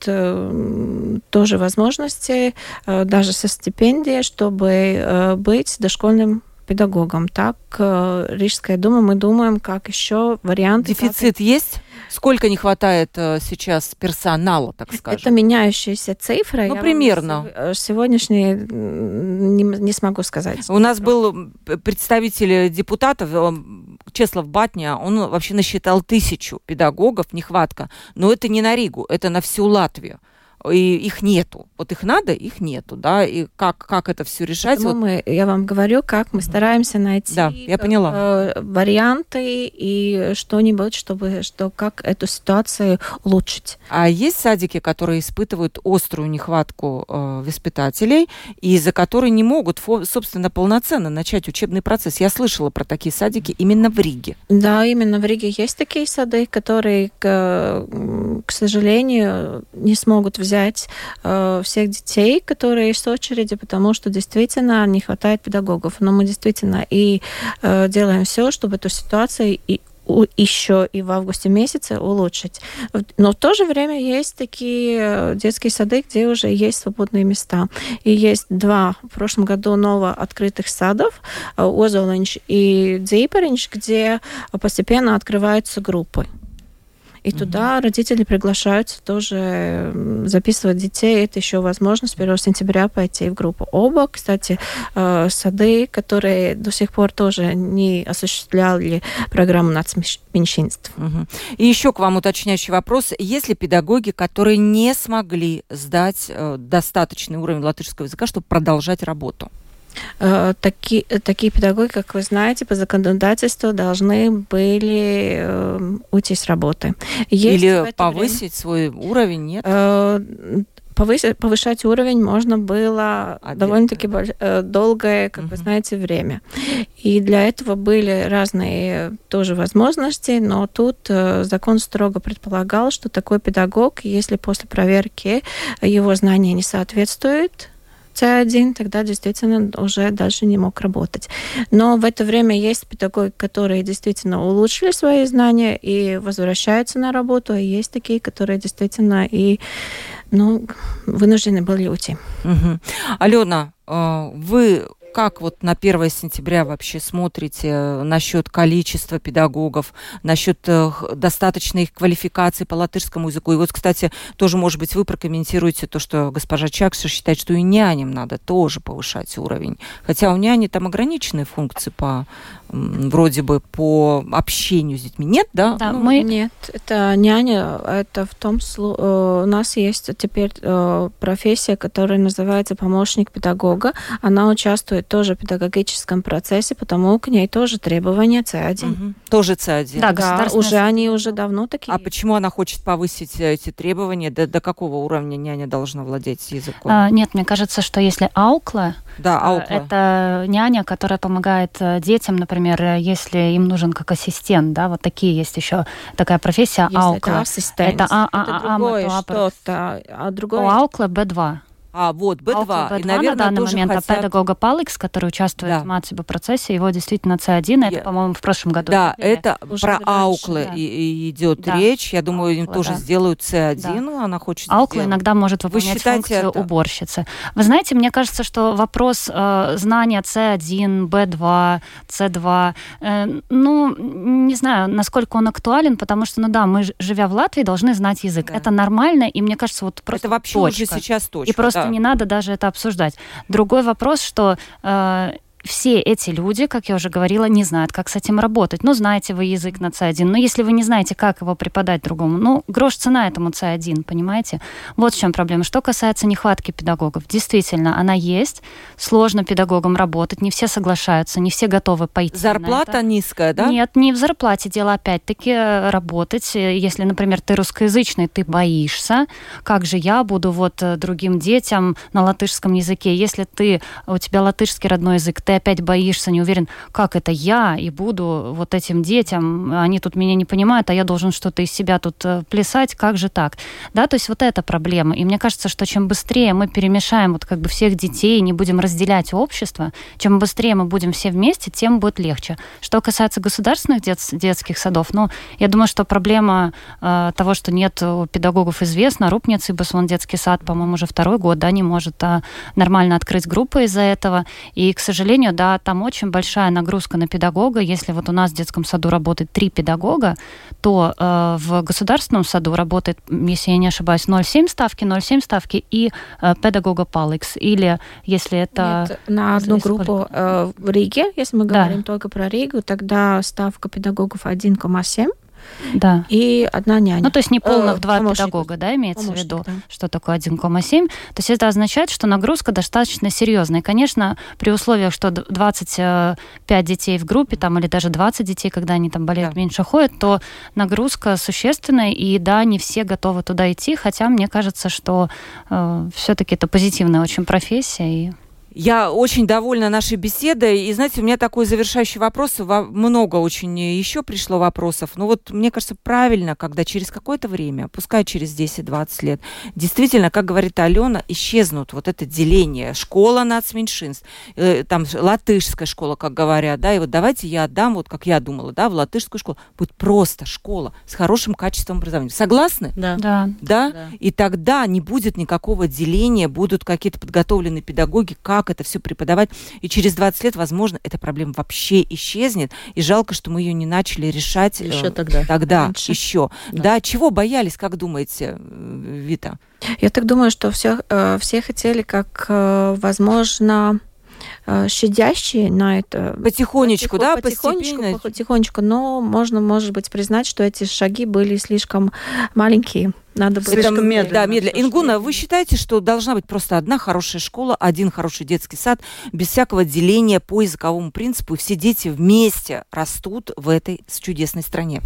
э, тоже возможности, э, даже со стипендией, чтобы э, быть дошкольным педагогом. Так, э, Рижская дума, мы думаем, как еще варианты. Дефицит как... есть? Сколько не хватает э, сейчас персонала, так скажем? Это меняющаяся цифра. Ну, я примерно. Сегодняшний не, не смогу сказать. У нас был представитель депутатов Чеслав Батня, он вообще насчитал тысячу педагогов, нехватка. Но это не на Ригу, это на всю Латвию. И их нету. Вот их надо, их нету, да, и как, как это все решать? Вот... Мы, я вам говорю, как мы стараемся найти да, я поняла. Э, варианты и что-нибудь, чтобы что, как эту ситуацию улучшить. А есть садики, которые испытывают острую нехватку э, воспитателей, и из-за которой не могут, собственно, полноценно начать учебный процесс? Я слышала про такие садики именно в Риге. Да, именно в Риге есть такие сады, которые, к, к сожалению, не смогут взять взять э, всех детей, которые есть в очереди, потому что действительно не хватает педагогов. Но мы действительно и э, делаем все, чтобы эту ситуацию и еще и в августе месяце улучшить. Но в то же время есть такие детские сады, где уже есть свободные места. И есть два в прошлом году ново открытых садов, Озолинч и Дзейперинч, где постепенно открываются группы. И mm-hmm. туда родители приглашаются тоже записывать детей. Это еще возможность с первого сентября пойти в группу. Оба, кстати, сады, которые до сих пор тоже не осуществляли программу нацменьшинств. Mm-hmm. И еще к вам уточняющий вопрос. Есть ли педагоги, которые не смогли сдать достаточный уровень латышского языка, чтобы продолжать работу? Такие, такие педагоги, как вы знаете, по законодательству должны были э, уйти с работы. Есть Или повысить время... свой уровень, нет? Э, повысить, повышать уровень можно было Отдельно. довольно-таки больш... долгое, как uh-huh. вы знаете, время. И для этого были разные тоже возможности, но тут э, закон строго предполагал, что такой педагог, если после проверки его знания не соответствуют С один, тогда действительно уже дальше не мог работать. Но в это время есть педагоги, которые действительно улучшили свои знания и возвращаются на работу, и есть такие, которые действительно и, ну, вынуждены были уйти. Угу. Алена, вы как вот на первое сентября вообще смотрите насчет количества педагогов, насчет э, достаточной их квалификации по латышскому языку? И вот, кстати, тоже, может быть, вы прокомментируете то, что госпожа Чакша считает, что и няням надо тоже повышать уровень. Хотя у няни там ограниченные функции по вроде бы по общению с детьми. Нет, да? Да, ну, мы... Нет, это няня, это в том случае... У нас есть теперь профессия, которая называется помощник педагога. Она участвует тоже в педагогическом процессе, потому к ней тоже требования С один. Угу. Тоже С один. Да, да, уже они уже давно такие. А почему она хочет повысить эти требования? До, до какого уровня няня должна владеть языком? А, нет, мне кажется, что если аукла, да, аукла, это няня, которая помогает детям, например, если им нужен как ассистент, да, вот такие есть еще такая профессия. Если аукла. Это ассистент. Это, а, а, это а, другое а, что-то. А другое... Аукла Б два. А, вот, Б два. Б два и, наверное, на данный тоже момент хотят... педагога Паликс, который участвует да. в МАЦИБ процессе, его действительно С один, это, Я... по-моему, в прошлом году. Да, объявили. это Уже про раньше, ауклы да. и, и идет да. речь. Я думаю, Аукла, им тоже да. сделают С один, да. она хочет Аукла сделать. иногда может выполнять считаете функцию это? уборщицы. Вы знаете, мне кажется, что вопрос э, знания С один, Б два, С два, э, ну, не знаю, насколько он актуален, потому что, ну да, мы, живя в Латвии, должны знать язык. Да. Это нормально, и мне кажется, вот просто это вообще точка. уже сейчас точка. И просто да. не надо даже это обсуждать. Другой вопрос, что э, все эти люди, как я уже говорила, не знают, как с этим работать. Ну, знаете вы язык на С один, но если вы не знаете, как его преподать другому, ну, грош цена этому С один, понимаете? Вот в чем проблема. Что касается нехватки педагогов, действительно, она есть. Сложно педагогам работать, не все соглашаются, не все готовы пойти Зарплата на это. низкая, да? Нет, не в зарплате дело, опять-таки, работать. Если, например, ты русскоязычный, ты боишься, как же я буду вот другим детям на латышском языке. Если ты, у тебя латышский родной язык, ты опять боишься, не уверен, как это я и буду вот этим детям, они тут меня не понимают, а я должен что-то из себя тут плясать, как же так? Да, то есть вот эта проблема. И мне кажется, что чем быстрее мы перемешаем вот как бы всех детей, не будем разделять общество, чем быстрее мы будем все вместе, тем будет легче. Что касается государственных дет- детских садов, ну, я думаю, что проблема э, того, что нет педагогов, известна. Рупница, Ибасвон детский сад, по-моему, уже второй год, да, не может а, нормально открыть группы из-за этого. И, к сожалению, да, там очень большая нагрузка на педагога. Если вот у нас в детском саду работает три педагога, то э, в государственном саду работает, если я не ошибаюсь, ноль целых семь ставки, ноль целых семь ставки и э, педагога Паликс. Или если это... Нет, на одну группу э, в Риге, если мы да. говорим только про Ригу, тогда ставка педагогов один целых семь. Да. И одна няня. Ну, то есть не полных э, два помощник, педагога, да, имеется помощник, в виду, да. что такое один целых семь. То есть это означает, что нагрузка достаточно серьезная. И, конечно, при условиях, что двадцать пять детей в группе, там, или даже двадцать детей, когда они там болеют, да. меньше ходят, то нагрузка существенная, и да, не все готовы туда идти, хотя мне кажется, что э, все-таки это позитивная очень профессия, и... Я очень довольна нашей беседой. И, знаете, у меня такой завершающий вопрос. Много очень еще пришло вопросов. Но вот, мне кажется, правильно, когда через какое-то время, пускай через десять-двадцать лет, действительно, как говорит Алена, исчезнут вот это деление. Школа нацменьшинств, э, там латышская школа, как говорят, да, и вот давайте я отдам, вот как я думала, да, в латышскую школу. Будет просто школа с хорошим качеством образования. Согласны? Да. Да. Да? Да. И тогда не будет никакого деления, будут какие-то подготовленные педагоги, как это все преподавать. И через двадцать лет, возможно, эта проблема вообще исчезнет. И жалко, что мы ее не начали решать Еще э, тогда. Тогда, Раньше. еще. Да. Да, чего боялись, как думаете, Вита? Я так думаю, что все, э, все хотели, как, э, возможно, э, щадящие на это. Потихонечку, Потихо- да, потихонечку, постепенно. потихонечку, но можно, может быть, признать, что эти шаги были слишком маленькие. Надо было... Слишком Это, медленно. Да, медленно. Слушай, Ингуна, вы считаете, что должна быть просто одна хорошая школа, один хороший детский сад, без всякого деления по языковому принципу, и все дети вместе растут в этой чудесной стране?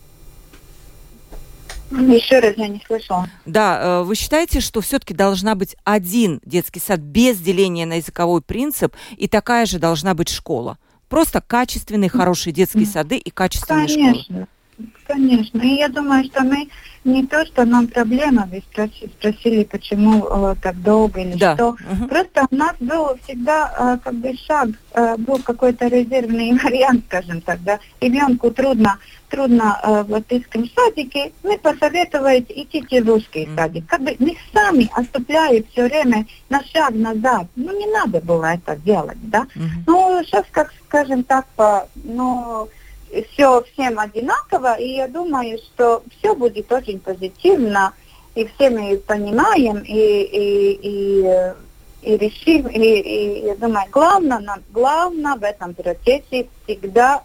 Еще раз я не слышала. Да, вы считаете, что все-таки должна быть один детский сад без деления на языковой принцип, и такая же должна быть школа? Просто качественные, хорошие детские сады и качественные школы. Конечно. Конечно. И я думаю, что мы не то, что нам проблема, вы спросили, почему э, так долго или да. что. Угу. Просто у нас был всегда э, как бы шаг, э, был какой-то резервный вариант, скажем так, да. Ребенку трудно, трудно э, в латышском садике, мы посоветовали идти в русский mm. садик. Как бы мы сами отступляем все время на шаг назад. Ну, не надо было это делать, да. Mm-hmm. Ну, сейчас, как скажем так, по, ну, все всем одинаково, и я думаю, что все будет очень позитивно, и все мы понимаем, и, и, и, и решим, и, и я думаю, главное, главное в этом процессе всегда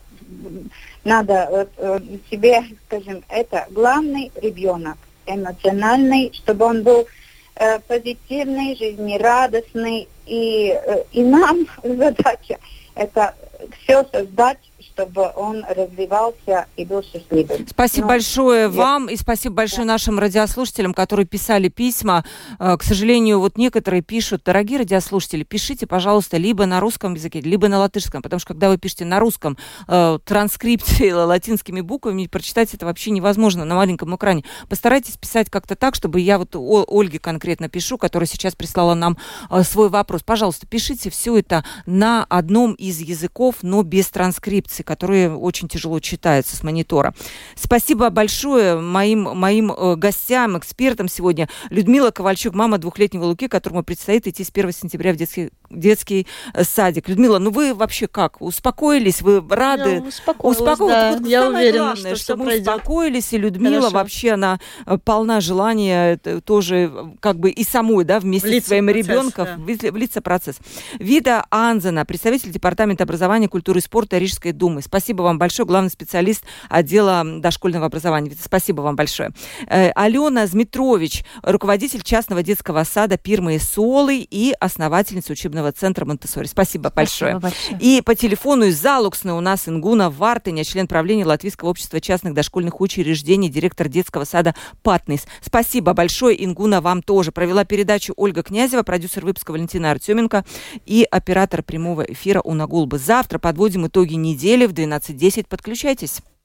надо э, себе, скажем, это главный ребенок, эмоциональный, чтобы он был э, позитивный, жизнерадостный, и, э, и нам задача это все создать, чтобы он развивался и был счастливым. Спасибо Но... большое вам и спасибо большое да. нашим радиослушателям, которые писали письма. К сожалению, вот некоторые пишут: дорогие радиослушатели, пишите, пожалуйста, либо на русском языке, либо на латышском, потому что когда вы пишете на русском э, транскрипции латинскими буквами, прочитать это вообще невозможно на маленьком экране. Постарайтесь писать как-то так, чтобы я вот О, Ольге конкретно пишу, которая сейчас прислала нам э, свой вопрос. Пожалуйста, пишите все это на одном из языков, но без транскрипции, которые очень тяжело читаются с монитора. Спасибо большое моим, моим э, гостям, экспертам сегодня. Людмила Ковальчук, мама двухлетнего Луки, которому предстоит идти с первого сентября в детский, детский э, садик. Людмила, ну вы вообще как? Успокоились? Вы рады? Я успокоилась, Успокоилась. да. Вот Я самое уверена, главное, что, что что мы пройдет. успокоились, и Людмила Хорошо. вообще, она э, полна желания э, тоже как бы и самой, да, вместе влиться с своим процесс, ребенком да. влиться в процесс. Вида Анзена, представитель Департамента образования, культуры и спорта Рижской думы. Спасибо вам большое, главный специалист отдела дошкольного образования. Спасибо вам большое. Э, Алена Змитрович, руководитель частного детского сада Пирмы и Солы и основательница учебного центра Монтессори. Спасибо, Спасибо большое. большое. И по телефону из Залуксны у нас Ингуна Вартыня, член правления Латвийского общества частных дошкольных учреждений, директор детского сада Патнис. Спасибо большое, Ингуна, вам тоже. Провела передачу Ольга Князева, продюсер выпуска Валентина Артеменко и оператор прямого эфира Уна Гулба. Завтра подводим итоги недели в двенадцать десять. Подключайтесь.